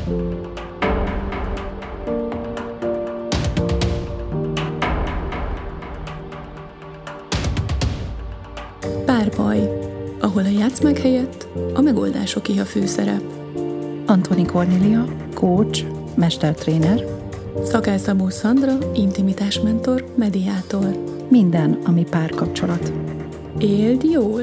Párbaj, ahol a játszmák helyett a megoldásoké a főszerep. Antoni Kornélia, coach, mestertréner. Szakály Szabó Szandra, intimitásmentor, mediátor. Minden, ami párkapcsolat. Éld jól!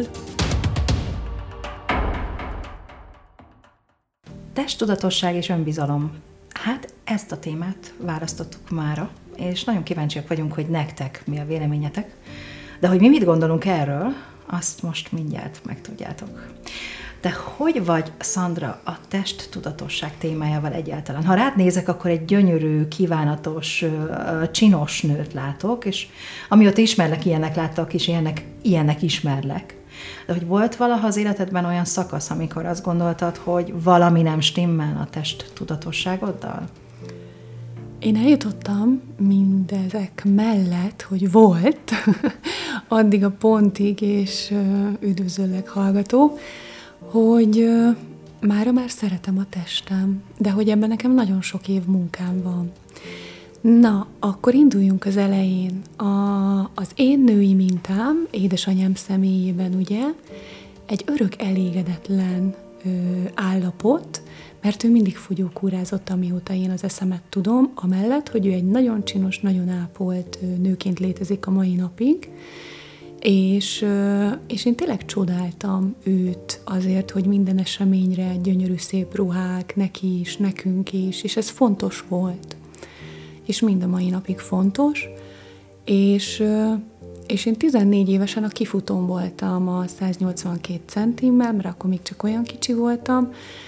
Testtudatosság és önbizalom. Hát ezt a témát választottuk mára, és nagyon kíváncsiak vagyunk, hogy nektek mi a véleményetek. De hogy mi mit gondolunk erről, azt most mindjárt megtudjátok. De hogy vagy, Szandra, a testtudatosság témájával egyáltalán? Ha rád nézek, akkor egy gyönyörű, kívánatos, csinos nőt látok, és amióta ismerlek, ilyenek láttak, és ilyenek ismerlek. De hogy volt valaha az életedben olyan szakasz, amikor azt gondoltad, hogy valami nem stimmel a testtudatosságoddal? Én eljutottam mindezek mellett, hogy volt, addig a pontig, és üdvözöllek hallgató, hogy mára már szeretem a testem, de hogy ebben nekem nagyon sok év munkám van. Na, akkor induljunk az elején. Az én női mintám, édesanyám személyében ugye, egy örök elégedetlen állapot, mert ő mindig fogyókúrázott, amióta én az eszemet tudom, amellett, hogy ő egy nagyon csinos, nagyon ápolt nőként létezik a mai napig, és én tényleg csodáltam őt azért, hogy minden eseményre gyönyörű szép ruhák, neki is, nekünk is, és ez fontos volt. És mind a mai napig fontos, és én 14 évesen a kifutón voltam a 182 centimmel, mert akkor még csak olyan kicsi voltam,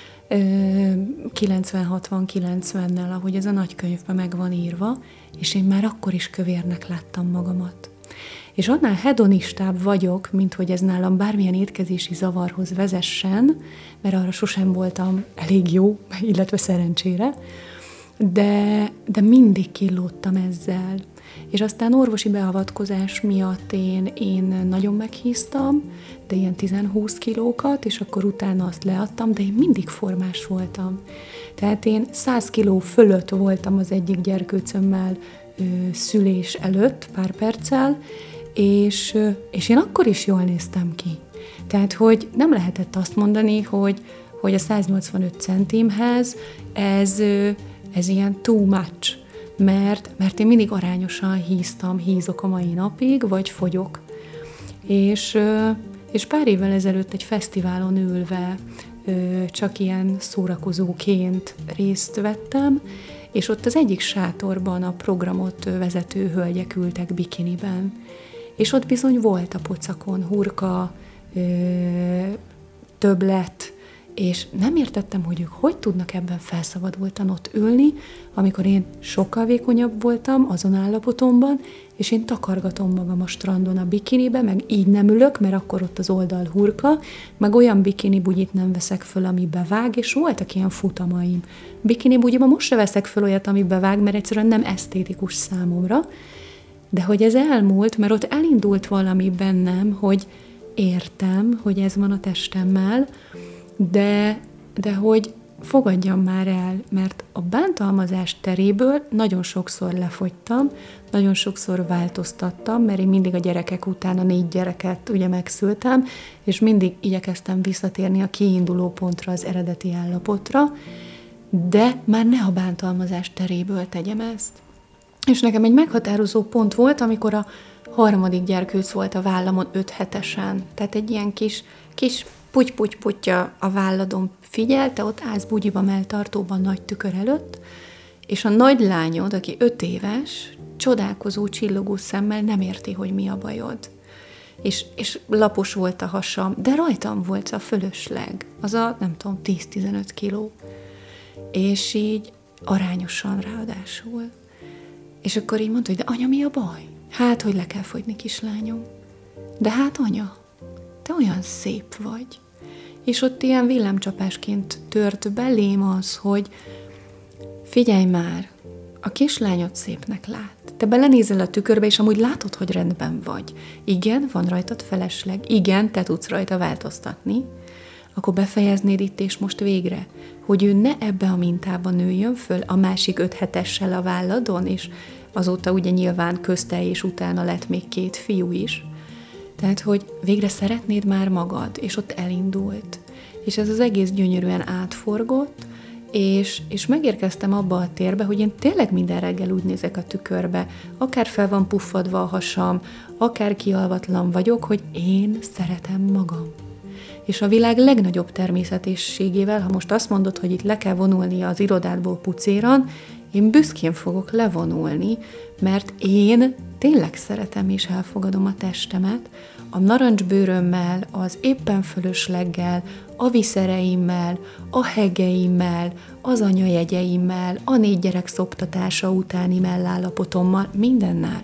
90-60-90-nel, ahogy ez a nagykönyvben meg van írva, és én már akkor is kövérnek láttam magamat. És annál hedonistább vagyok, mint hogy ez nálam bármilyen étkezési zavarhoz vezessen, mert arra sosem voltam elég jó, illetve szerencsére, de mindig killódtam ezzel. És aztán orvosi beavatkozás miatt én nagyon meghíztam, de ilyen 10-20 kilókat, és akkor utána azt leadtam, de én mindig formás voltam. Tehát én 100 kiló fölött voltam az egyik gyerkőcömmel szülés előtt, pár perccel, és én akkor is jól néztem ki. Tehát, hogy nem lehetett azt mondani, hogy a 185 centimhez ez ilyen too much, mert én mindig arányosan hízok a mai napig, vagy fogyok. És pár évvel ezelőtt egy fesztiválon ülve csak ilyen szórakozóként részt vettem, és ott az egyik sátorban a programot vezető hölgyek ültek bikiniben. És ott bizony volt a pocakon hurka, többlet, és nem értettem, hogy ők hogy tudnak ebben felszabadultan ott ülni, amikor én sokkal vékonyabb voltam azon állapotomban, és én takargatom magam a strandon a bikinibe, meg így nem ülök, mert akkor ott az oldal hurka, meg olyan bikini bugyit nem veszek föl, ami bevág, és voltak ilyen futamaim. Bikini bugyiban most se veszek föl olyat, ami bevág, mert egyszerűen nem esztétikus számomra, de hogy ez elmúlt, mert ott elindult valami bennem, hogy értem, hogy ez van a testemmel, de hogy fogadjam már el, mert a bántalmazás teréből nagyon sokszor lefogytam, nagyon sokszor változtattam, mert én mindig a gyerekek után a 4 gyereket ugye megszültem, és mindig igyekeztem visszatérni a kiinduló pontra, az eredeti állapotra, de már ne a bántalmazás teréből tegyem ezt. És nekem egy meghatározó pont volt, amikor a 3. gyerkőc volt a vállamon 5 hetesen, tehát egy ilyen kis puty-puty-putya a válladon figyelte, ott állsz bugyiba melltartóban nagy tükör előtt, és a nagy lányod, aki 5 éves, csodálkozó, csillogó szemmel nem érti, hogy mi a bajod. És lapos volt a hasam, de rajtam volt a fölösleg, az a, nem tudom, 10-15 kiló. És így arányosan ráadásul. És akkor így mondta, hogy de anya, mi a baj? Hát, hogy le kell fogyni, kislányom. De hát anya, te olyan szép vagy. És ott ilyen villámcsapásként tört belém az, hogy figyelj már, a kislányod szépnek lát. Te belenézel a tükörbe, és amúgy látod, hogy rendben vagy. Igen, van rajtad felesleg. Igen, te tudsz rajta változtatni. akkor befejeznéd itt és most végre, hogy ő ne ebbe a mintában nőjön föl a másik 5 hetessel a válladon, és azóta ugye nyilván közte és utána lett még 2 fiú is. Tehát, hogy végre szeretnéd már magad, és ott elindult. És ez az egész gyönyörűen átforgott, és megérkeztem abba a térbe, hogy én tényleg minden reggel úgy nézek a tükörbe, akár fel van puffadva a hasam, akár kialvatlan vagyok, hogy én szeretem magam. És a világ legnagyobb természetességével, ha most azt mondod, hogy itt le kell vonulni az irodádból pucéran, én büszkén fogok levonulni, mert én tényleg szeretem és elfogadom a testemet, a narancsbőrömmel, az éppen fölösleggel, a viszereimmel, a hegeimmel, az anyajegyeimmel, a 4 gyerek szoptatása utáni mellállapotommal, mindennel.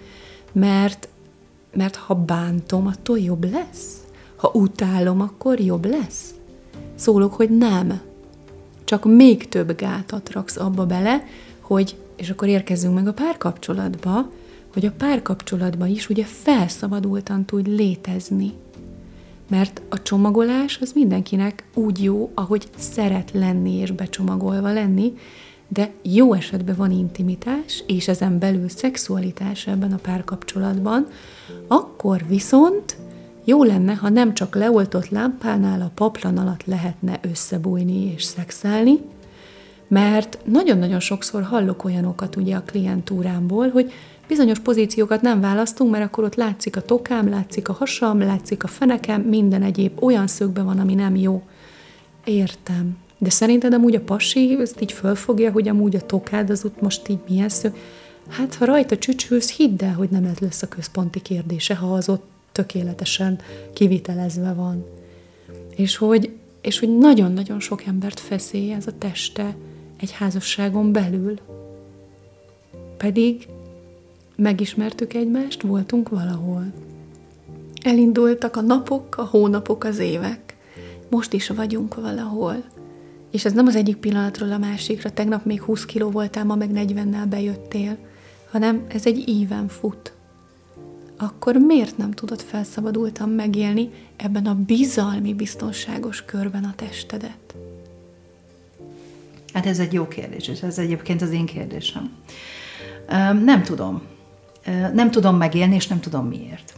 Mert ha bántom, attól jobb lesz. Ha utálom, akkor jobb lesz. Szólok, hogy nem. Csak még több gátat raksz abba bele, hogy, és akkor érkezzünk meg a párkapcsolatba, hogy a párkapcsolatban is ugye felszabadultan tudj létezni. Mert a csomagolás az mindenkinek úgy jó, ahogy szeret lenni és becsomagolva lenni, de jó esetben van intimitás, és ezen belül szexualitás ebben a párkapcsolatban, akkor viszont jó lenne, ha nem csak leoltott lámpánál a paplan alatt lehetne összebújni és szexelni, mert nagyon-nagyon sokszor hallok olyanokat ugye a klientúrámból, hogy bizonyos pozíciókat nem választunk, mert akkor ott látszik a tokám, látszik a hasam, látszik a fenekem, minden egyéb olyan szögben van, ami nem jó. Értem. De szerinted amúgy a pasi ezt így fölfogja, hogy amúgy a tokád az ott most így milyen szög? Hát, ha rajta csücsülsz, hidd el, hogy nem ez lesz a központi kérdése, ha az ott tökéletesen kivitelezve van. És hogy nagyon-nagyon sok embert feszélye ez a teste egy házasságon belül. Pedig megismertük egymást, voltunk valahol. Elindultak a napok, a hónapok, az évek. Most is vagyunk valahol. És ez nem az egyik pillanatról a másikra, tegnap még 20 kiló voltál, ma meg 40-nel bejöttél, hanem ez egy íven fut. Akkor miért nem tudod felszabadultan megélni ebben a bizalmi, biztonságos körben a testedet? Hát ez egy jó kérdés, és ez egyébként az én kérdésem. Nem tudom. Nem tudom megélni, és nem tudom miért.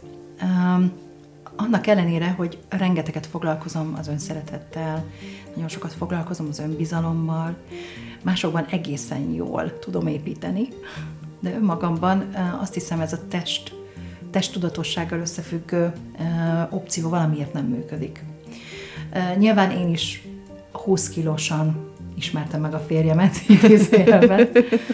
Annak ellenére, hogy rengeteget foglalkozom az önszeretettel, nagyon sokat foglalkozom az önbizalommal, másokban egészen jól tudom építeni, de önmagamban azt hiszem, ez a testtudatossággal összefüggő opció valamiért nem működik. Nyilván én is 20 kilósan ismertem meg a férjemet idézőjelben,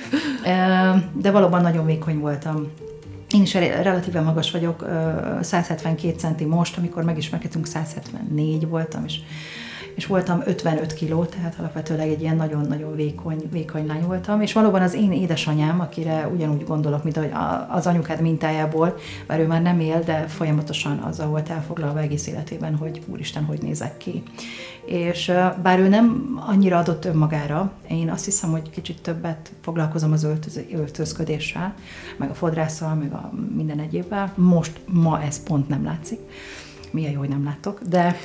de valóban nagyon vékony voltam. Én is relatíven magas vagyok, 172 centi most, amikor megismerkedtünk, 174 voltam, és voltam 55 kiló, tehát alapvetőleg egy ilyen nagyon-nagyon vékony lány voltam, és valóban az én édesanyám, akire ugyanúgy gondolok, mint az anyukád mintájából, bár ő már nem él, de folyamatosan azzal volt elfoglalva egész életében, hogy úristen, hogy nézek ki. És bár ő nem annyira adott önmagára, én azt hiszem, hogy kicsit többet foglalkozom az öltözködéssel, meg a fodrásszal, meg a minden egyébben. Ma ez pont nem látszik. Milyen jó, hogy nem láttok,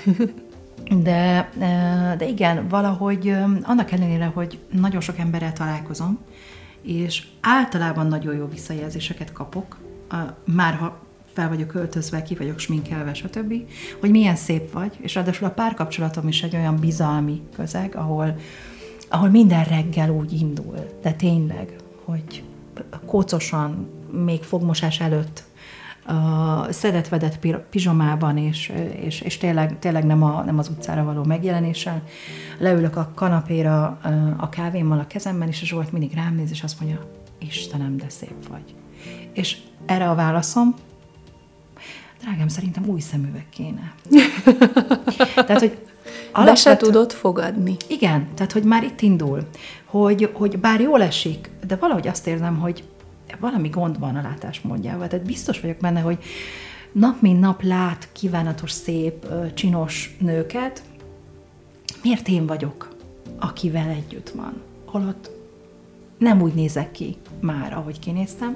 de igen, valahogy annak ellenére, hogy nagyon sok emberrel találkozom, és általában nagyon jó visszajelzéseket kapok, már ha fel vagyok öltözve, ki vagyok sminkelve, stb., hogy milyen szép vagy, és ráadásul a párkapcsolatom is egy olyan bizalmi közeg, ahol minden reggel úgy indul, de tényleg, hogy kócosan, még fogmosás előtt, szedett-vedett pizsomában, és tényleg nem az utcára való megjelenéssel. Leülök a kanapéra a kávémmal a kezemben, és a Zsolt mindig rám néz, és azt mondja, Istenem, de szép vagy. És erre a válaszom, drágám, szerintem új szemüveg kéne. Tehát, hogy be se tudod fogadni. Igen, tehát, hogy már itt indul, hogy bár jól esik, de valahogy azt érzem, hogy valami gond van a látásmódjával. Tehát biztos vagyok benne, hogy nap mint nap lát kívánatos, szép, csinos nőket. Miért én vagyok, akivel együtt van? Holott nem úgy nézek ki már, ahogy kinéztem.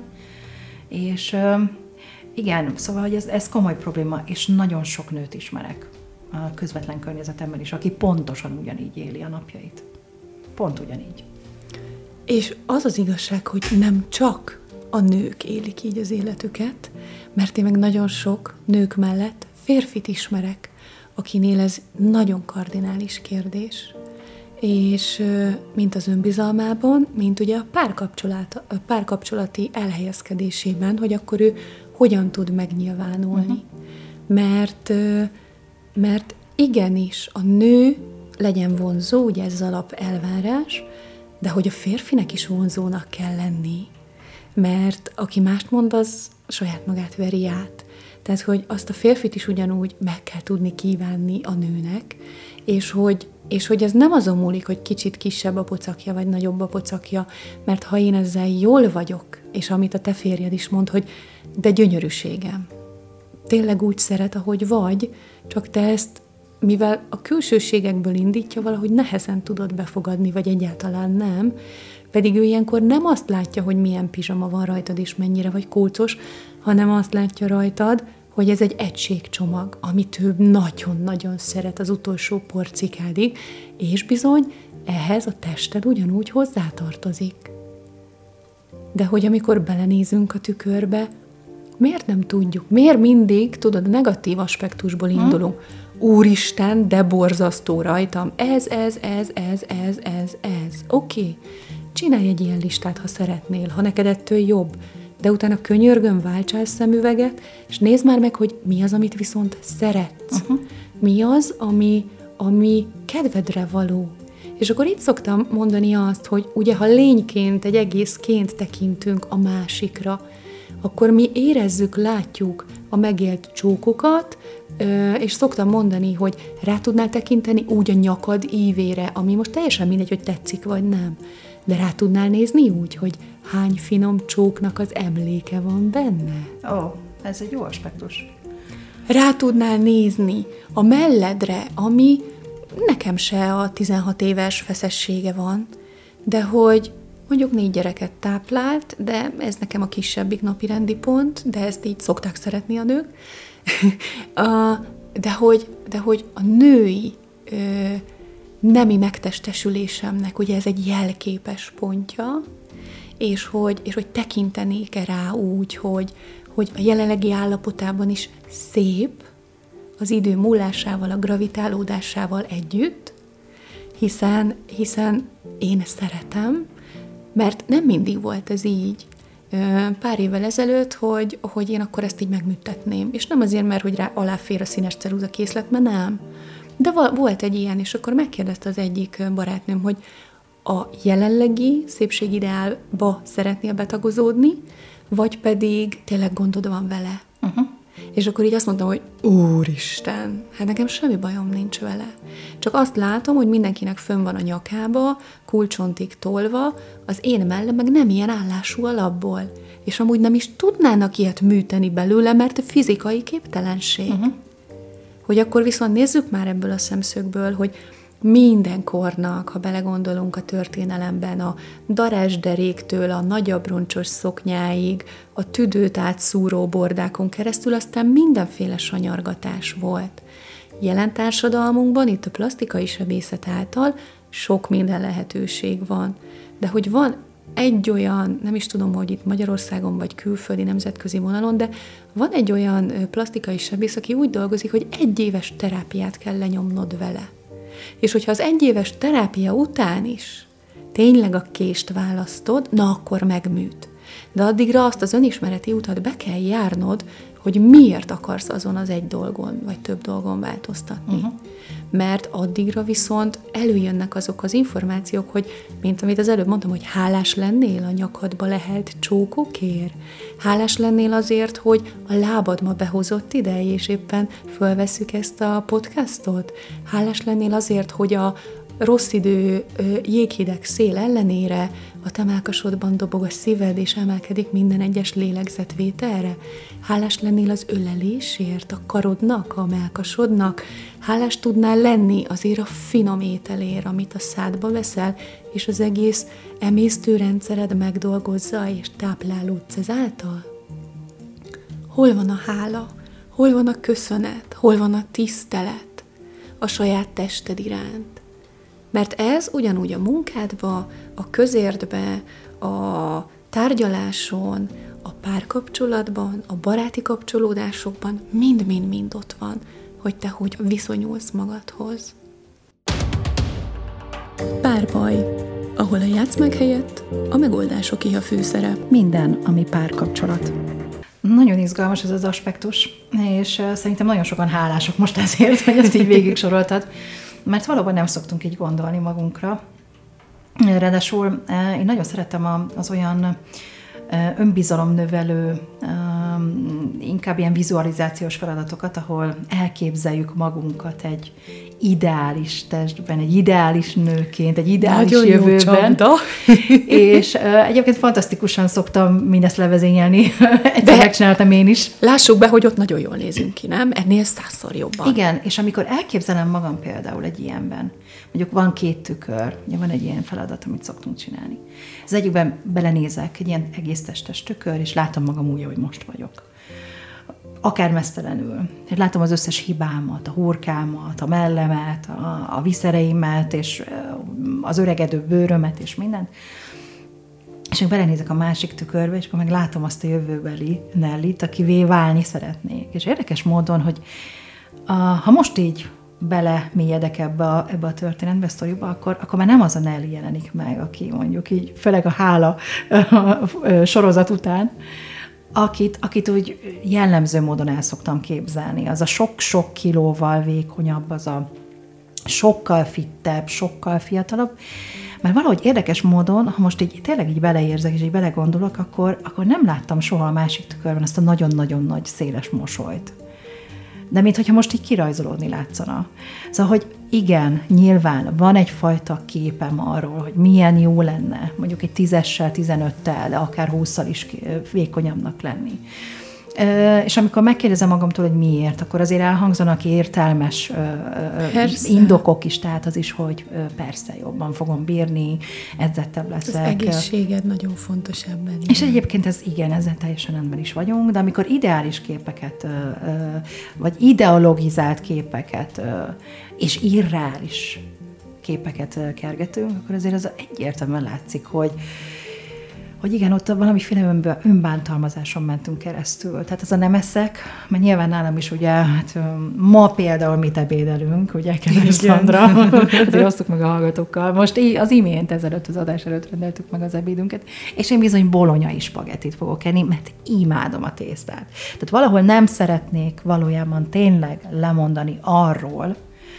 És igen, szóval, hogy ez komoly probléma, és nagyon sok nőt ismerek, a közvetlen környezetemben is, aki pontosan ugyanígy éli a napjait. Pont ugyanígy. És az az igazság, hogy nem csak a nők élik így az életüket, mert én meg nagyon sok nők mellett férfit ismerek, akinél ez nagyon kardinális kérdés. És mint az önbizalmában, mint ugye a párkapcsolati elhelyezkedésében, hogy akkor ő hogyan tud megnyilvánulni. Mert igenis a nő legyen vonzó, ugye ez az alap elvárás, de hogy a férfinek is vonzónak kell lenni, mert aki mást mond, az saját magát veri át. Tehát, hogy azt a férfit is ugyanúgy meg kell tudni kívánni a nőnek, és hogy ez nem azon múlik, hogy kicsit kisebb a pocakja, vagy nagyobb a pocakja, mert ha én ezzel jól vagyok, és amit a te férjed is mond, hogy de gyönyörűségem, tényleg úgy szeret, ahogy vagy, csak te ezt, mivel a külsőségekből indítja, valahogy nehezen tudod befogadni, vagy egyáltalán nem, pedig ő ilyenkor nem azt látja, hogy milyen pizsama van rajtad, és mennyire vagy kócos, hanem azt látja rajtad, hogy ez egy egységcsomag, amit ő nagyon-nagyon szeret az utolsó porcikádig, és bizony ehhez a tested ugyanúgy hozzátartozik. De hogy amikor belenézünk a tükörbe, miért nem tudjuk? Miért mindig, tudod, a negatív aspektusból indulunk? Úristen, de borzasztó rajtam. Ez. Oké. Csinálj egy ilyen listát, ha szeretnél, ha neked ettől jobb. De utána könyörgöm, váltsál szemüveget, és nézd már meg, hogy mi az, amit viszont szeretsz. Mi az, ami kedvedre való. És akkor itt szoktam mondani azt, hogy ugye, ha lényként, egy egészként tekintünk a másikra, akkor mi érezzük, látjuk a megélt csókokat, és szoktam mondani, hogy rá tudnál tekinteni úgy a nyakad ívére, ami most teljesen mindegy, hogy tetszik vagy nem. De rá tudnál nézni úgy, hogy hány finom csóknak az emléke van benne? Ez egy jó aspektus. Rá tudnál nézni a melledre, ami nekem se a 16 éves feszessége van, de hogy mondjuk 4 gyereket táplált, de ez nekem a kisebbik napi rendi pont, de ezt így szokták szeretni a nők. De hogy a női nemi megtestesülésemnek ugye ez egy jelképes pontja, és hogy tekintenék-e rá úgy, hogy a jelenlegi állapotában is szép, az idő múlásával, a gravitálódásával együtt, hiszen én szeretem, mert nem mindig volt ez így. Pár évvel ezelőtt, hogy én akkor ezt így megműtetném. És nem azért, mert hogy rá aláfér a színes ceruza készlet, mert nem. De volt egy ilyen, és akkor megkérdezte az egyik barátnőm, hogy a jelenlegi szépségideálba szeretnél betagozódni, vagy pedig tényleg gondod van vele. És akkor így azt mondtam, hogy úristen, hát nekem semmi bajom nincs vele. Csak azt látom, hogy mindenkinek fönn van a nyakába, kulcsontig tolva, az én mellem meg nem ilyen állású alapból. És amúgy nem is tudnának ilyet műteni belőle, mert fizikai képtelenség. Hogy akkor viszont nézzük már ebből a szemszögből, hogy mindenkornak, ha belegondolunk a történelemben, a darázsderéktől a nagyabroncsos szoknyáig, a tüdőt átszúró bordákon keresztül aztán mindenféle sanyargatás volt. Jelen társadalmunkban, itt a plasztikai sebészet által sok minden lehetőség van. De hogy van egy olyan, nem is tudom, hogy itt Magyarországon vagy külföldi nemzetközi vonalon, de van egy olyan plasztikai sebész, aki úgy dolgozik, hogy 1 éves terápiát kell lenyomnod vele. És hogyha az 1 éves terápia után is tényleg a kést választod, na akkor megműt. De addigra azt az önismereti utat be kell járnod, hogy miért akarsz azon az egy dolgon, vagy több dolgon változtatni. Mert addigra viszont előjönnek azok az információk, hogy, mint amit az előbb mondtam, hogy hálás lennél a nyakadba lehelt csókokért? Hálás lennél azért, hogy a lábad ma behozott ide, és éppen fölvesszük ezt a podcastot? Hálás lennél azért, hogy a rossz idő, jéghideg szél ellenére a te mellkasodban dobog a szíved, és emelkedik minden egyes lélegzetvételre? Hálás lennél az ölelésért, a karodnak, a mellkasodnak? Hálás tudnál lenni azért a finom ételért, amit a szádba veszel, és az egész emésztőrendszered megdolgozza, és táplálódsz ezáltal? Hol van a hála? Hol van a köszönet? Hol van a tisztelet? a saját tested iránt. Mert ez ugyanúgy a munkádba, a közértbe, a tárgyaláson, a párkapcsolatban, a baráti kapcsolódásokban mind-mind-mind ott van, hogy te hogy viszonyulsz magadhoz. Párbaj, ahol a játszmák helyett a megoldásoké a főszerep. Minden, ami párkapcsolat. Nagyon izgalmas ez az aspektus, és szerintem nagyon sokan hálásak most ezért, hogy ezt így végig soroltad, mert valóban nem szoktunk így gondolni magunkra. Ráadásul én nagyon szeretem az olyan önbizalomnövelő, inkább ilyen vizualizációs feladatokat, ahol elképzeljük magunkat egy ideális testben, egy ideális nőként, egy ideális nagyon jövőben. És egyébként fantasztikusan szoktam mindezt levezényelni. Egyszer megcsináltam én is. Lássuk be, hogy ott nagyon jól nézünk ki, nem? Ennél 100-szor jobban. Igen, és amikor elképzelem magam például egy ilyenben, mondjuk van 2 tükör, ugye van egy ilyen feladat, amit szoktunk csinálni. Az egyikben belenézek, egy ilyen egész testes tükör, és látom magam úgy, ahogy most vagyok. Akár meztelenül. És látom az összes hibámat, a hurkámat, a mellemet, a viszereimet, és az öregedő bőrömet, és mindent. És még belenézek a másik tükörbe, és akkor meg látom azt a jövőbeli Nellit, akivé válni szeretnék. És érdekes módon, hogy ha most így belemélyedek ebbe a történetbe, a sztoriba, akkor már nem az a Nelly jelenik meg, aki mondjuk így, főleg a Hála sorozat után, akit úgy jellemző módon el szoktam képzelni. Az a sok-sok kilóval vékonyabb, az a sokkal fittebb, sokkal fiatalabb, mert valahogy érdekes módon, ha most így tényleg így beleérzek, és így belegondolok, akkor nem láttam soha a másik tükörben azt a nagyon-nagyon nagy széles mosolyt. De mintha most így kirajzolódni látszana. Szóval, hogy igen, nyilván van egyfajta képem arról, hogy milyen jó lenne, mondjuk egy 10-essel, 15-tel, de akár 20-szal is vékonyabbnak lenni. És amikor megkérdezem magamtól, hogy miért, akkor azért elhangzanak értelmes indokok is, tehát az is, hogy persze jobban fogom bírni, edzettebb leszek. Az egészséged nagyon fontos ebben. És egyébként ezzel teljesen rendben is vagyunk, de amikor ideális képeket, vagy ideologizált képeket, és irreális képeket kergetünk, akkor azért az egyértelműen látszik, hogy igen, ott valamiféle önbántalmazáson mentünk keresztül. Tehát ez a nem eszek, mert nyilván nálam is ugye, hát ma például mit ebédelünk, ugye, kedves Szandra, azért osztuk meg a hallgatókkal. Most az imént ezelőtt, az adás előtt rendeltük meg az ebédünket, és én bizony bolonyai spagettit fogok enni, mert imádom a tésztát. Tehát valahol nem szeretnék valójában tényleg lemondani arról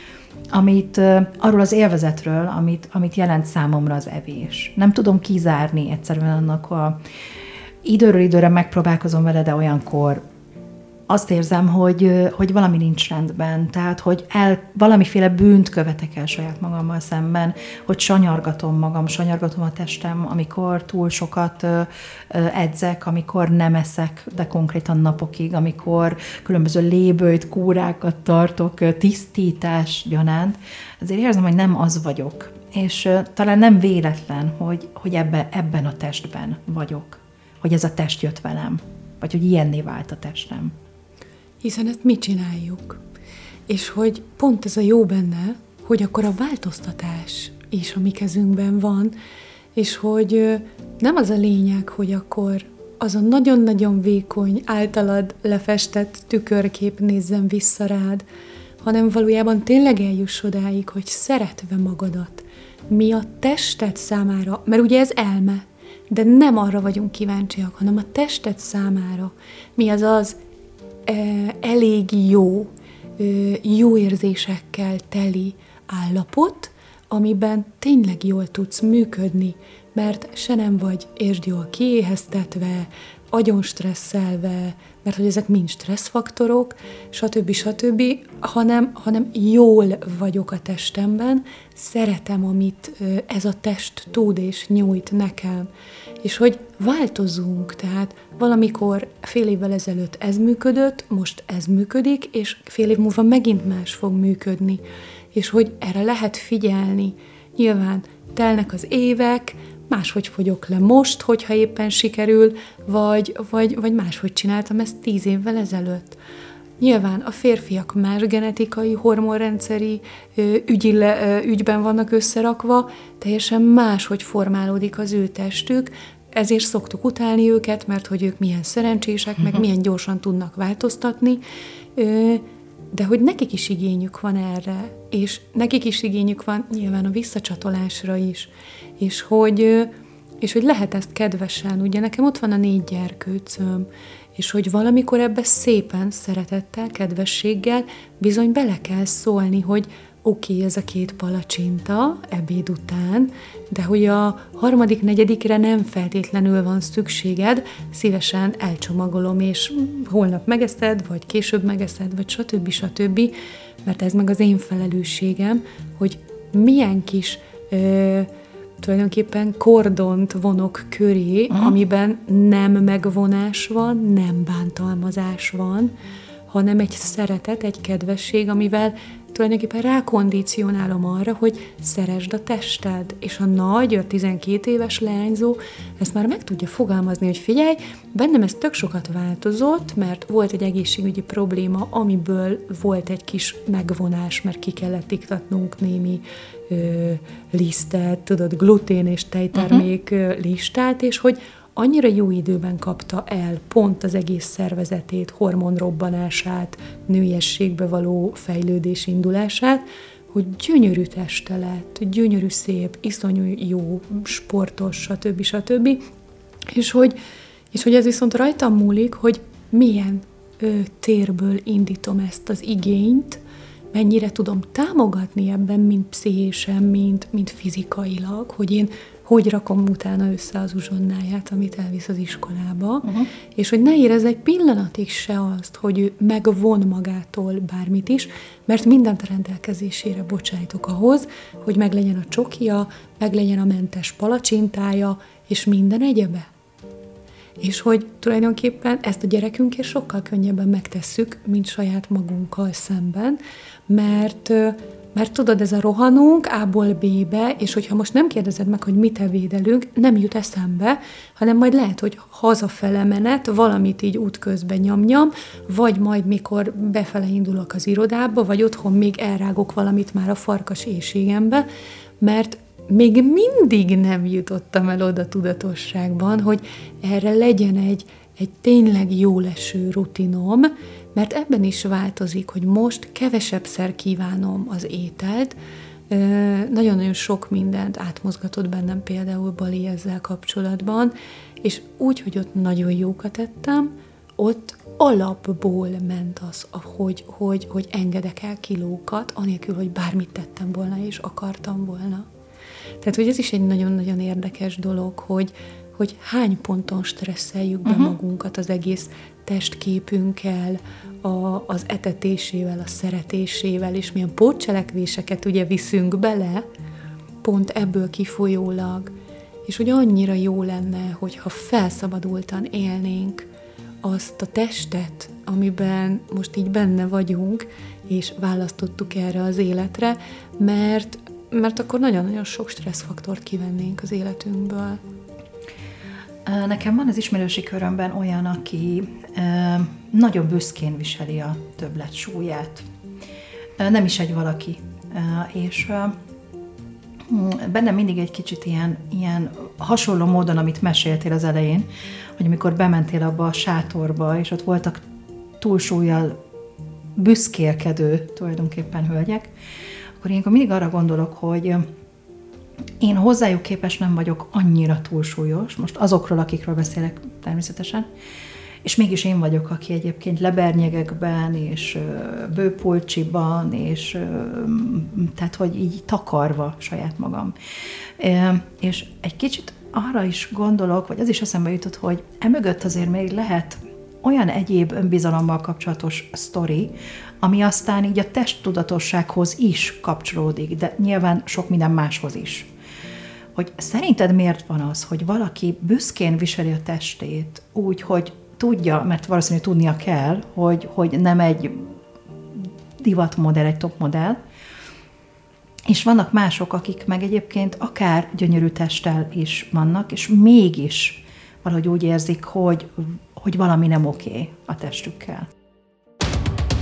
az élvezetről, amit jelent számomra az evés. Nem tudom kizárni egyszerűen annak időről időre megpróbálkozom vele, de olyankor azt érzem, hogy valami nincs rendben, tehát, hogy valamiféle bűnt követek el saját magammal szemben, hogy sanyargatom magam, sanyargatom a testem, amikor túl sokat edzek, amikor nem eszek, de konkrétan napokig, amikor különböző lébőjt, kúrákat tartok, tisztítás gyanánt. Azért érzem, hogy nem az vagyok, és talán nem véletlen, hogy ebben a testben vagyok, hogy ez a test jött velem, vagy hogy ilyenné vált a testem. Hiszen ezt mi csináljuk. És hogy pont ez a jó benne, hogy akkor a változtatás is a mi kezünkben van, és hogy nem az a lényeg, hogy akkor az a nagyon-nagyon vékony, általad lefestett tükörkép nézzen vissza rád, hanem valójában tényleg eljuss odáig, hogy szeretve magadat, mi a tested számára, mert ugye ez elme, de nem arra vagyunk kíváncsiak, hanem a tested számára, mi az elég jó érzésekkel teli állapot, amiben tényleg jól tudsz működni, mert se nem vagy, értsd jól kiéheztetve, agyon stresszelve, mert hogy ezek mind stresszfaktorok, stb., hanem jól vagyok a testemben, szeretem, amit ez a test tud és nyújt nekem. És hogy változunk, tehát valamikor fél évvel ezelőtt ez működött, most ez működik, és fél év múlva megint más fog működni. És hogy erre lehet figyelni. Nyilván telnek az évek, máshogy fogyok le most, hogyha éppen sikerül, vagy máshogy csináltam ezt 10 évvel ezelőtt. Nyilván a férfiak más genetikai, hormonrendszeri ügyben vannak összerakva, teljesen máshogy formálódik az ő testük, ezért szoktuk utálni őket, mert hogy ők milyen szerencsések, meg milyen gyorsan tudnak változtatni, de hogy nekik is igényük van erre, és nekik is igényük van nyilván a visszacsatolásra is, és hogy lehet ezt kedvesen, ugye nekem ott van a 4 gyerkőcöm, és hogy valamikor ebbe szépen, szeretettel, kedvességgel bizony bele kell szólni, hogy oké, ez a 2 palacsinta ebéd után, de hogy a 3., 4. nem feltétlenül van szükséged, szívesen elcsomagolom, és holnap megeszed, vagy később megeszed, vagy stb. Mert ez meg az én felelősségem, hogy milyen kis tulajdonképpen kordont vonok köré, amiben nem megvonás van, nem bántalmazás van, hanem egy szeretet, egy kedvesség, amivel tulajdonképpen rákondicionálom arra, hogy szeresd a tested. És a nagy, a 12 éves leányzó ezt már meg tudja fogalmazni, hogy figyelj, bennem ez tök sokat változott, mert volt egy egészségügyi probléma, amiből volt egy kis megvonás, mert ki kellett iktatnunk némi lisztet, tudod, glutén és tejtermék listát, és hogy annyira jó időben kapta el pont az egész szervezetét, hormonrobbanását, nőiességbe való fejlődés indulását, hogy gyönyörű teste lett, gyönyörű szép, iszonyú jó, sportos, stb. És hogy ez viszont rajtam múlik, hogy milyen térből indítom ezt az igényt, mennyire tudom támogatni ebben, mind pszichésen, mind fizikailag, hogy én hogy rakom utána össze az uzsonnáját, amit elvisz az iskolába, és hogy ne érezz egy pillanatig se azt, hogy ő megvon magától bármit is, mert mindent a rendelkezésére bocsájtok ahhoz, hogy meglegyen a csokia, meglegyen a mentes palacsintája, és minden egyebe. És hogy tulajdonképpen ezt a gyerekünkért sokkal könnyebben megtesszük, mint saját magunkkal szemben, mert tudod, ez a rohanunk A-ból B-be, és hogyha most nem kérdezed meg, hogy mit evédelünk, nem jut eszembe, hanem majd lehet, hogy hazafele menet, valamit így útközben nyom-nyom, vagy majd mikor befele indulok az irodába, vagy otthon még elrágok valamit már a farkas éjségembe, mert még mindig nem jutottam el oda tudatosságban, hogy erre legyen egy tényleg jóleső rutinom, mert ebben is változik, hogy most kevesebbszer kívánom az ételt, nagyon-nagyon sok mindent átmozgatott bennem például Bali ezzel kapcsolatban, és úgy, hogy ott nagyon jókat ettem, ott alapból ment az, hogy engedek el kilókat, anélkül, hogy bármit tettem volna és akartam volna. Tehát, hogy ez is egy nagyon-nagyon érdekes dolog, hogy hány ponton stresszeljük be magunkat az egész testképünkkel, az etetésével, a szeretésével, és milyen pótcselekvéseket ugye viszünk bele, pont ebből kifolyólag, és hogy annyira jó lenne, hogyha felszabadultan élnénk azt a testet, amiben most így benne vagyunk, és választottuk erre az életre, mert akkor nagyon-nagyon sok stresszfaktort kivennénk az életünkből. Nekem van az ismerősi körömben olyan, aki nagyon büszkén viseli a többlet súlyát. Nem is egy valaki. És bennem mindig egy kicsit ilyen hasonló módon, amit meséltél az elején, hogy amikor bementél abba a sátorba, és ott voltak túlsúllyal büszkélkedő tulajdonképpen hölgyek, akkor ilyenkor mindig arra gondolok, hogy én hozzájuk képest nem vagyok annyira túlsúlyos, most azokról, akikről beszélek természetesen, és mégis én vagyok, aki egyébként lebernyegekben, és bőpulcsiban, és tehát, hogy így takarva saját magam. És egy kicsit arra is gondolok, vagy az is eszembe jutott, hogy emögött azért még lehet olyan egyéb önbizalommal kapcsolatos sztori, ami aztán így a testtudatossághoz is kapcsolódik, de nyilván sok minden máshoz is. Hogy szerinted miért van az, hogy valaki büszkén viseli a testét úgy, hogy tudja, mert valószínűleg tudnia kell, hogy nem egy divatmodell, egy topmodell, és vannak mások, akik meg egyébként akár gyönyörű testtel is vannak, és mégis valahogy úgy érzik, hogy valami nem oké a testükkel.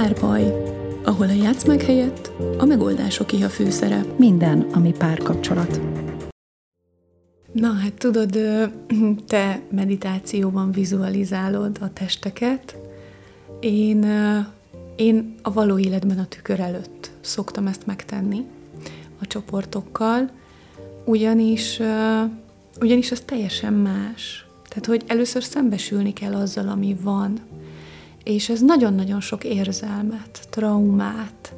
Párbaj, ahol a játszmák helyett a megoldásoké a főszerep. Minden, ami párkapcsolat. Na, hát tudod, te meditációban vizualizálod a testeket. Én a való életben a tükör előtt szoktam ezt megtenni a csoportokkal, ugyanis ez teljesen más. Tehát, hogy először szembesülni kell azzal, ami van, és ez nagyon-nagyon sok érzelmet, traumát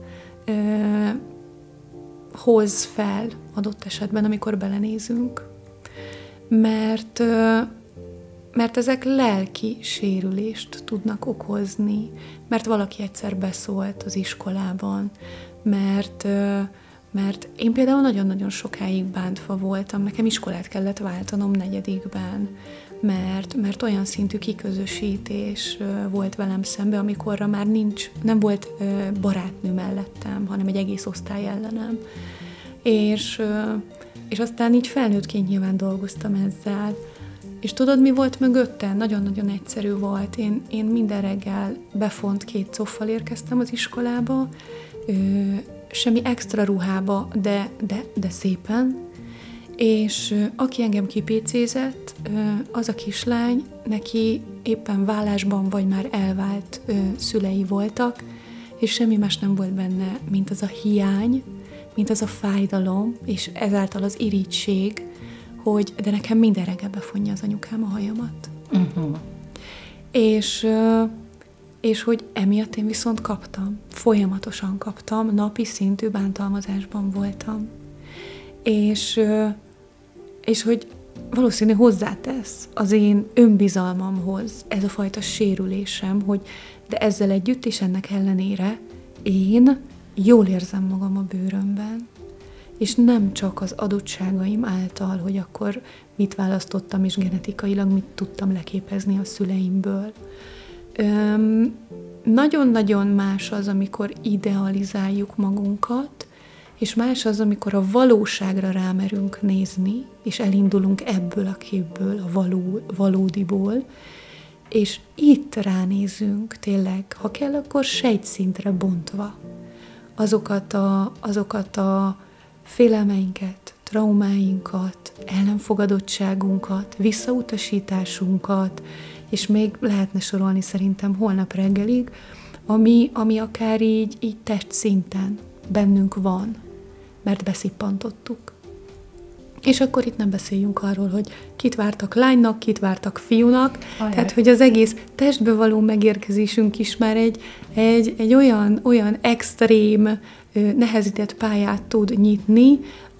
hoz fel adott esetben, amikor belenézünk. Mert ezek lelki sérülést tudnak okozni, mert valaki egyszer beszólt az iskolában, mert én például nagyon-nagyon sokáig bántva voltam, nekem iskolát kellett váltanom 4. mert olyan szintű kiközösítés volt velem szembe, amikorra már nem volt barátnő mellettem, hanem egy egész osztály ellenem. És aztán így felnőttként nyilván dolgoztam ezzel. És tudod, mi volt mögötte? Nagyon-nagyon egyszerű volt. Én minden reggel befont 2 coffal érkeztem az iskolába, semmi extra ruhába, de szépen. És aki engem kipécézett, az a kislány, neki éppen válásban vagy már elvált szülei voltak, és semmi más nem volt benne, mint az a hiány, mint az a fájdalom, és ezáltal az irigység, hogy de nekem minden reggel befonja az anyukám a hajamat. Uh-huh. És hogy emiatt én viszont kaptam, folyamatosan kaptam, napi szintű bántalmazásban voltam. És hogy valószínű hozzátesz az én önbizalmamhoz ez a fajta sérülésem, hogy de ezzel együtt és ennek ellenére én jól érzem magam a bőrömben. És nem csak az adottságaim által, hogy akkor mit választottam, és genetikailag mit tudtam leképezni a szüleimből. Nagyon-nagyon más az, amikor idealizáljuk magunkat, és más az, amikor a valóságra rámerünk nézni, és elindulunk ebből a képből, a valódiból, és itt ránézünk tényleg, ha kell, akkor sejtszintre bontva azokat a félelmeinket, traumáinkat, ellenfogadottságunkat, visszautasításunkat, és még lehetne sorolni szerintem holnap reggelig, ami akár így testszinten bennünk van, mert beszippantottuk. És akkor itt nem beszéljünk arról, hogy kit vártak lánynak, kit vártak fiúnak, tehát hogy az egész testbe való megérkezésünk is már egy olyan extrém, nehezített pályát tud nyitni,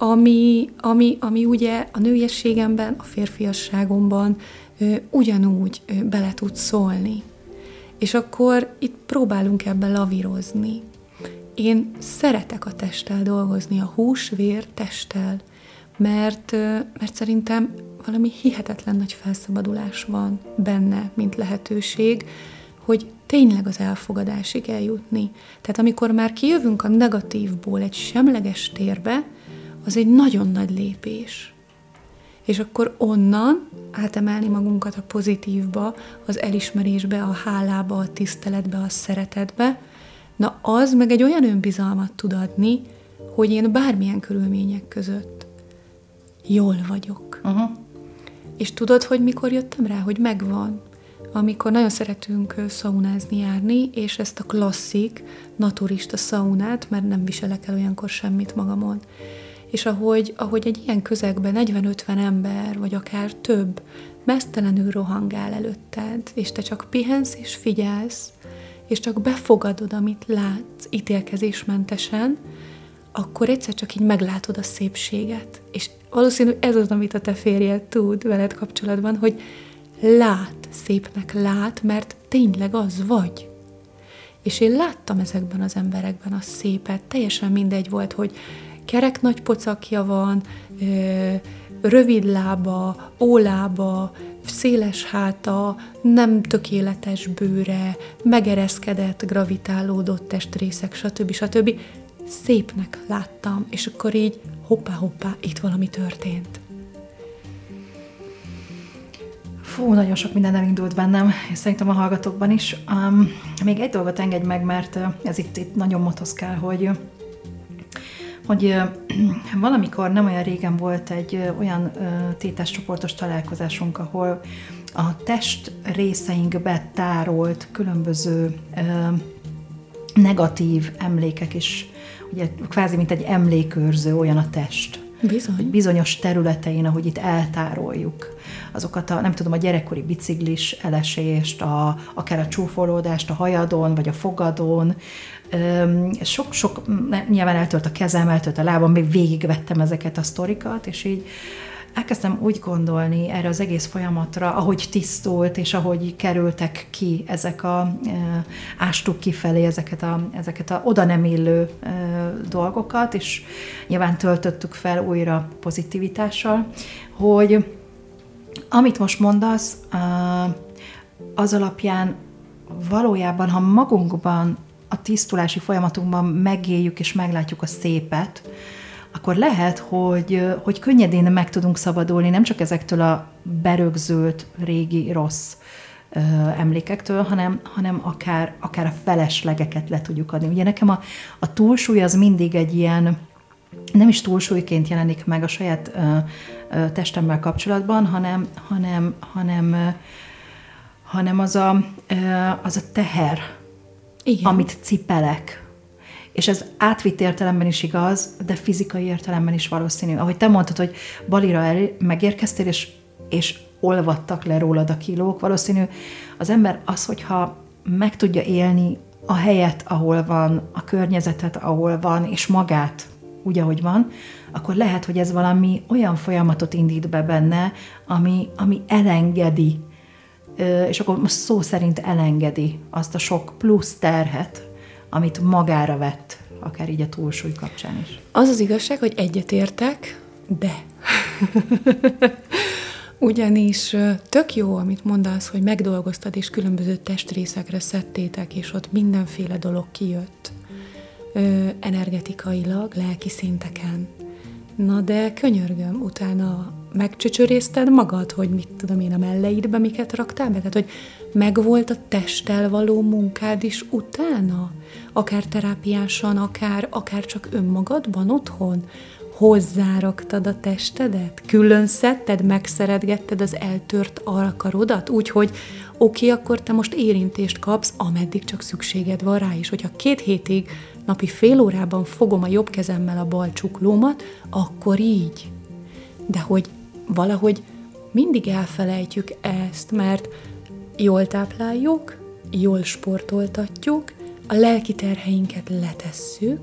ami ugye a nőiességemben, a férfiasságomban ugyanúgy bele tud szólni. És akkor itt próbálunk ebben lavírozni. Én szeretek a testtel dolgozni, a hús-vér testtel, mert szerintem valami hihetetlen nagy felszabadulás van benne, mint lehetőség, hogy tényleg az elfogadásig eljutni. Tehát amikor már kijövünk a negatívból egy semleges térbe, az egy nagyon nagy lépés. És akkor onnan átemelni magunkat a pozitívba, az elismerésbe, a hálába, a tiszteletbe, a szeretetbe, na az meg egy olyan önbizalmat tud adni, hogy én bármilyen körülmények között jól vagyok. Uh-huh. És tudod, hogy mikor jöttem rá, hogy megvan? Amikor nagyon szeretünk szaunázni járni, és ezt a klasszik, naturista szaunát, mert nem viselek el olyankor semmit magamon. És ahogy egy ilyen közegben 40-50 ember, vagy akár több, meztelenül rohangál előtted, és te csak pihensz és figyelsz, és csak befogadod, amit látsz, ítélkezésmentesen, akkor egyszer csak így meglátod a szépséget. És valószínű ez az, amit a te férjed tud veled kapcsolatban, hogy szépnek lát, mert tényleg az vagy. És én láttam ezekben az emberekben a szépet, teljesen mindegy volt, hogy kerek nagy pocakja van, rövid lába, ólába, széles háta, nem tökéletes bőre, megereszkedett, gravitálódott testrészek, stb. Szépnek láttam, és akkor így hoppá, itt valami történt. Fú, nagyon sok minden elindult bennem, és szerintem a hallgatókban is. Még egy dolgot engedj meg, mert ez itt nagyon motoszkál, hogy valamikor nem olyan régen volt egy olyan tétescsoportos találkozásunk, ahol a test részeinkbe tárolt különböző negatív emlékek is, ugye kvázi mint egy emlékőrző, olyan a test. Bizony. Bizonyos területein, ahogy itt eltároljuk azokat a, nem tudom, a gyerekkori biciklis elesést, akár a csúfolódást a hajadon, vagy a fogadon. Sok, nyilván eltölt a kezem, eltölt a lábam, még végigvettem ezeket a sztorikat, és így elkezdtem úgy gondolni erre az egész folyamatra, ahogy tisztult, és ahogy kerültek ki ezek ástuk kifelé ezeket a oda nem illő dolgokat, és nyilván töltöttük fel újra pozitivitással, hogy amit most mondasz, az alapján valójában, ha magunkban, a tisztulási folyamatunkban megéljük és meglátjuk a szépet, akkor lehet, hogy könnyedén meg tudunk szabadulni nem csak ezektől a berögzült, régi, rossz emlékektől, hanem akár a feleslegeket le tudjuk adni. Ugye nekem a túlsúly az mindig egy ilyen, nem is túlsúlyként jelenik meg a saját testemmel kapcsolatban, hanem az a teher, igen, amit cipelek. És ez átvitt értelemben is igaz, de fizikai értelemben is valószínű. Ahogy te mondtad, hogy Balira megérkeztél, és olvadtak le rólad a kilók, valószínű az ember az, hogyha meg tudja élni a helyet, ahol van, a környezetet, ahol van, és magát úgy, ahogy van, akkor lehet, hogy ez valami olyan folyamatot indít be benne, ami elengedi, és akkor most szó szerint elengedi azt a sok plusz terhet, amit magára vett, akár így a túlsúly kapcsán is. Az az igazság, hogy egyetértek, de ugyanis tök jó, amit mondasz, hogy megdolgoztad, és különböző testrészekre szedtétek, és ott mindenféle dolog kijött. Energetikailag, lelki szinteken. Na de könyörgöm, utána megcsöcsörézted magad, hogy mit tudom én a melleidbe, miket raktál be? Tehát, hogy megvolt a testtel való munkád is utána? Akár terápiásan, akár csak önmagadban otthon? Hozzáraktad a testedet? Külön szedted, megszeretgetted az eltört alkarodat? Úgyhogy oké, akkor te most érintést kapsz, ameddig csak szükséged van rá, és hogyha 2 hétig napi fél órában fogom a jobb kezemmel a bal csuklómat, akkor így. De hogy valahogy mindig elfelejtjük ezt, mert jól tápláljuk, jól sportoltatjuk, a lelki terheinket letesszük,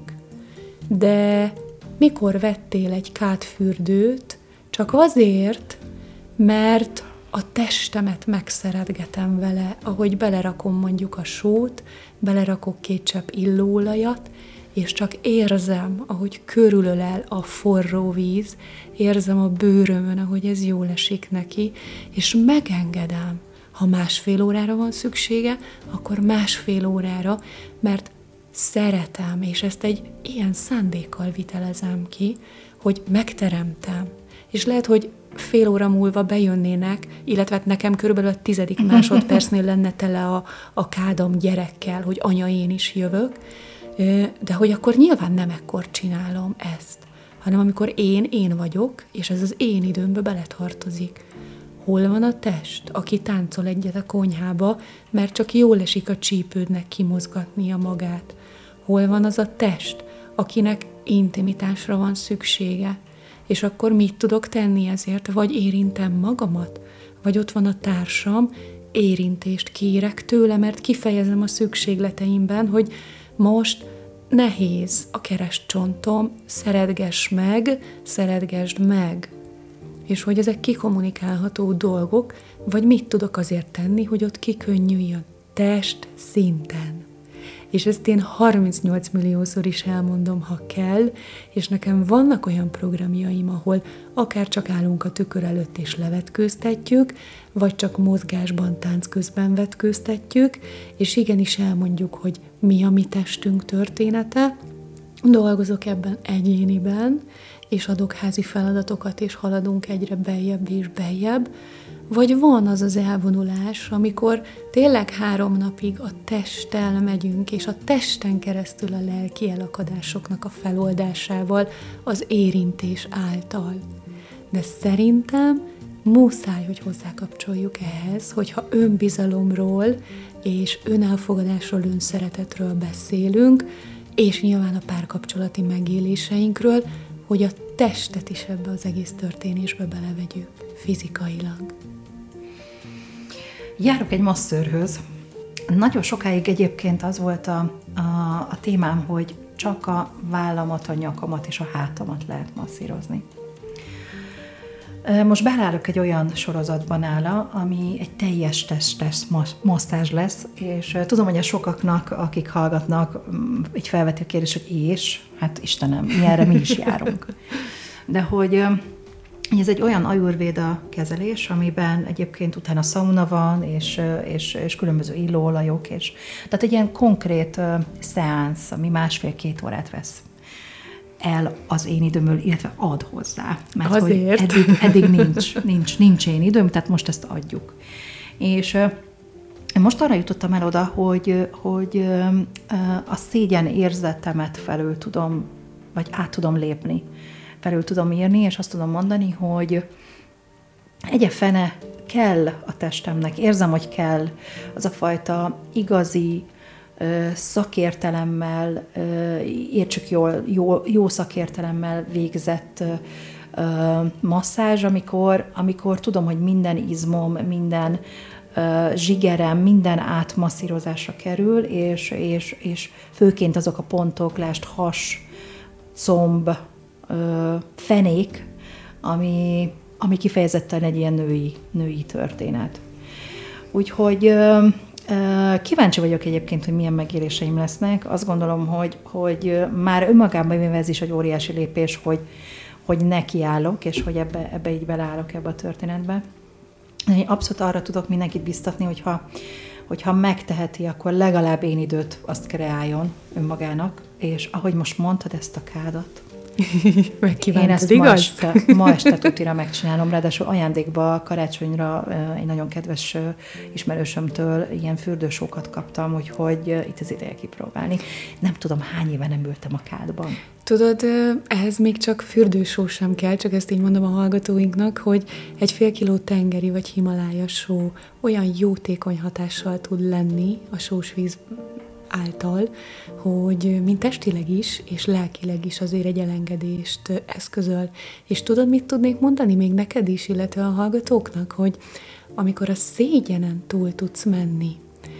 de mikor vettél egy kádfürdőt, csak azért, mert a testemet megszeretgetem vele, ahogy belerakom mondjuk a sót, belerakok 2 csepp illóolajat, és csak érzem, ahogy körülölel a forró víz, érzem a bőrömön, ahogy ez jól esik neki, és megengedem. Ha 1,5 órára van szüksége, akkor 1,5 órára, mert szeretem, és ezt egy ilyen szándékkal vitelezem ki, hogy megteremtem. És lehet, hogy fél óra múlva bejönnének, illetve nekem körülbelül a 10. másodpercnél lenne tele a kádam gyerekkel, hogy anya, én is jövök, de hogy akkor nyilván nem ekkor csinálom ezt, hanem amikor én vagyok, és ez az én időmbe beletartozik. Hol van a test, aki táncol egyet a konyhába, mert csak jól esik a csípődnek kimozgatnia magát? Hol van az a test, akinek intimitásra van szüksége? És akkor mit tudok tenni ezért? Vagy érintem magamat? Vagy ott van a társam, érintést kérek tőle, mert kifejezem a szükségleteimben, hogy most nehéz a keresztcsontom, szeretgesd meg. És hogy ezek kikommunikálható dolgok, vagy mit tudok azért tenni, hogy ott kikönnyüljön test szinten. És ezt én 38 milliószor is elmondom, ha kell, és nekem vannak olyan programjaim, ahol akár csak állunk a tükör előtt és levetkőztetjük, vagy csak mozgásban, tánc közben vetkőztetjük, és igenis elmondjuk, hogy mi a mi testünk története. Dolgozok ebben egyéniben, és adok házi feladatokat, és haladunk egyre beljebb és beljebb. Vagy van az az elvonulás, amikor tényleg 3 napig a testtel megyünk, és a testen keresztül a lelki elakadásoknak a feloldásával, az érintés által. De szerintem muszáj, hogy hozzákapcsoljuk ehhez, hogyha önbizalomról és önelfogadásról, önszeretetről beszélünk, és nyilván a párkapcsolati megéléseinkről, hogy a testet is ebbe az egész történésbe belevegyük fizikailag. Járok egy masszőrhöz. Nagyon sokáig egyébként az volt a témám, hogy csak a vállamat, a nyakamat és a hátamat lehet masszírozni. Most belállok egy olyan sorozatban nála, ami egy teljes testes masszázs lesz, és tudom, hogy a sokaknak, akik hallgatnak, így felveti a kérdés, hogy és, hát Istenem, ilyenre mi is járunk. De hogy ez egy olyan ajurvéda kezelés, amiben egyébként utána szauna van, és különböző illóolajok, tehát egy ilyen konkrét szeánsz, ami 1,5-2 órát vesz el az én időmről, illetve ad hozzá. Mert azért. Hogy eddig nincs én időm, tehát most ezt adjuk. És most arra jutottam el oda, hogy a szégyen érzetemet felül tudom, vagy át tudom lépni, felül tudom írni, és azt tudom mondani, hogy egyefene kell a testemnek, érzem, hogy kell az a fajta igazi szakértelemmel, értsük jól, jó szakértelemmel végzett masszázs, amikor tudom, hogy minden izmom, minden zsigerem, minden átmasszírozásra kerül, és főként azok a pontok, lásd has, comb, fenék, ami kifejezetten egy ilyen női történet. Úgyhogy kíváncsi vagyok egyébként, hogy milyen megéléseim lesznek. Azt gondolom, hogy már önmagában véve ez is egy óriási lépés, hogy nekiállok, és hogy ebbe így beleállok ebbe a történetbe. Én abszolút arra tudok mindenkit biztatni, hogyha megteheti, akkor legalább én időt azt kreáljon önmagának, és ahogy most mondtad ezt a kádat, én ezt ma este tutira megcsinálom, ráadásul ajándékba karácsonyra egy nagyon kedves ismerősömtől ilyen fürdősókat kaptam, úgyhogy itt az ideje kipróbálni. Nem tudom, hány éve nem ültem a kádban. Tudod, ehhez még csak fürdősó sem kell, csak ezt így mondom a hallgatóinknak, hogy egy fél kiló tengeri vagy himalája só olyan jótékony hatással tud lenni a sós víz által, hogy mind testileg is, és lelkileg is azért egy elengedést eszközöl. És tudod, mit tudnék mondani még neked is, illetve a hallgatóknak, hogy amikor a szégyenen túl tudsz menni,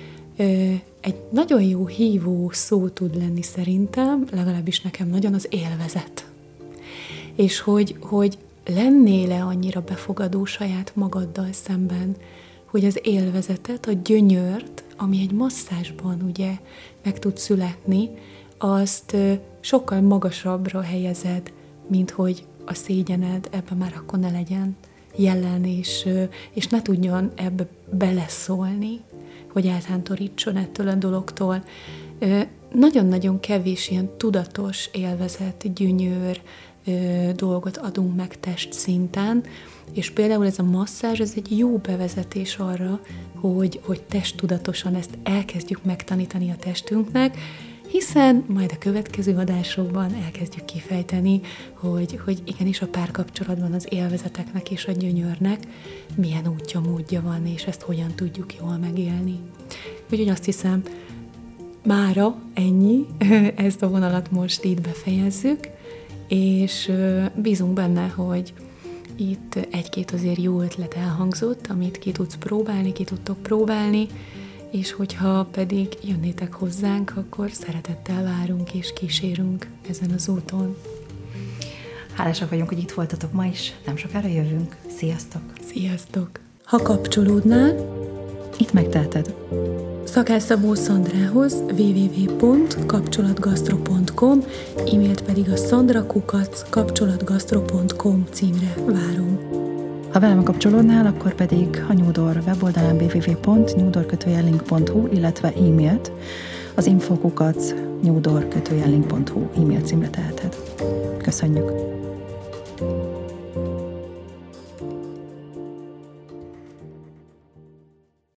egy nagyon jó hívó szó tud lenni szerintem, legalábbis nekem nagyon az élvezet. És hogy lennél-e annyira befogadó saját magaddal szemben, hogy az élvezetet, a gyönyört, ami egy masszázsban ugye meg tud születni, azt sokkal magasabbra helyezed, mint hogy a szégyened ebbe már akkor ne legyen jelen, és ne tudjon ebbe beleszólni, hogy eltántorítson ettől a dologtól. Nagyon-nagyon kevés ilyen tudatos élvezet, gyönyör dolgot adunk meg testszinten, és például ez a masszázs, ez egy jó bevezetés arra, hogy testtudatosan ezt elkezdjük megtanítani a testünknek, hiszen majd a következő adásokban elkezdjük kifejteni, hogy igenis a párkapcsolatban az élvezeteknek és a gyönyörnek milyen útja, módja van, és ezt hogyan tudjuk jól megélni. Úgyhogy azt hiszem, mára ennyi, ezt a vonalat most itt befejezzük, és bízunk benne, hogy itt 1-2 azért jó ötlet elhangzott, amit ki tudsz próbálni, ki tudtok próbálni, és hogyha pedig jönnétek hozzánk, akkor szeretettel várunk és kísérünk ezen az úton. Hálásak vagyunk, hogy itt voltatok ma is, nem sokára jövünk. Sziasztok! Sziasztok! Ha kapcsolódnál, itt megteheted. Szakács Szabó Szandrához www.kapcsolatgasztro.com, e-mailt pedig a sandra@kapcsolatgasztro.com címre várom. Ha velem kapcsolódnál, akkor pedig a New weboldalán www.newdoor-link.hu, illetve e-mailt az info@newdoor-link.hu e-mail címre teheted. Köszönjük!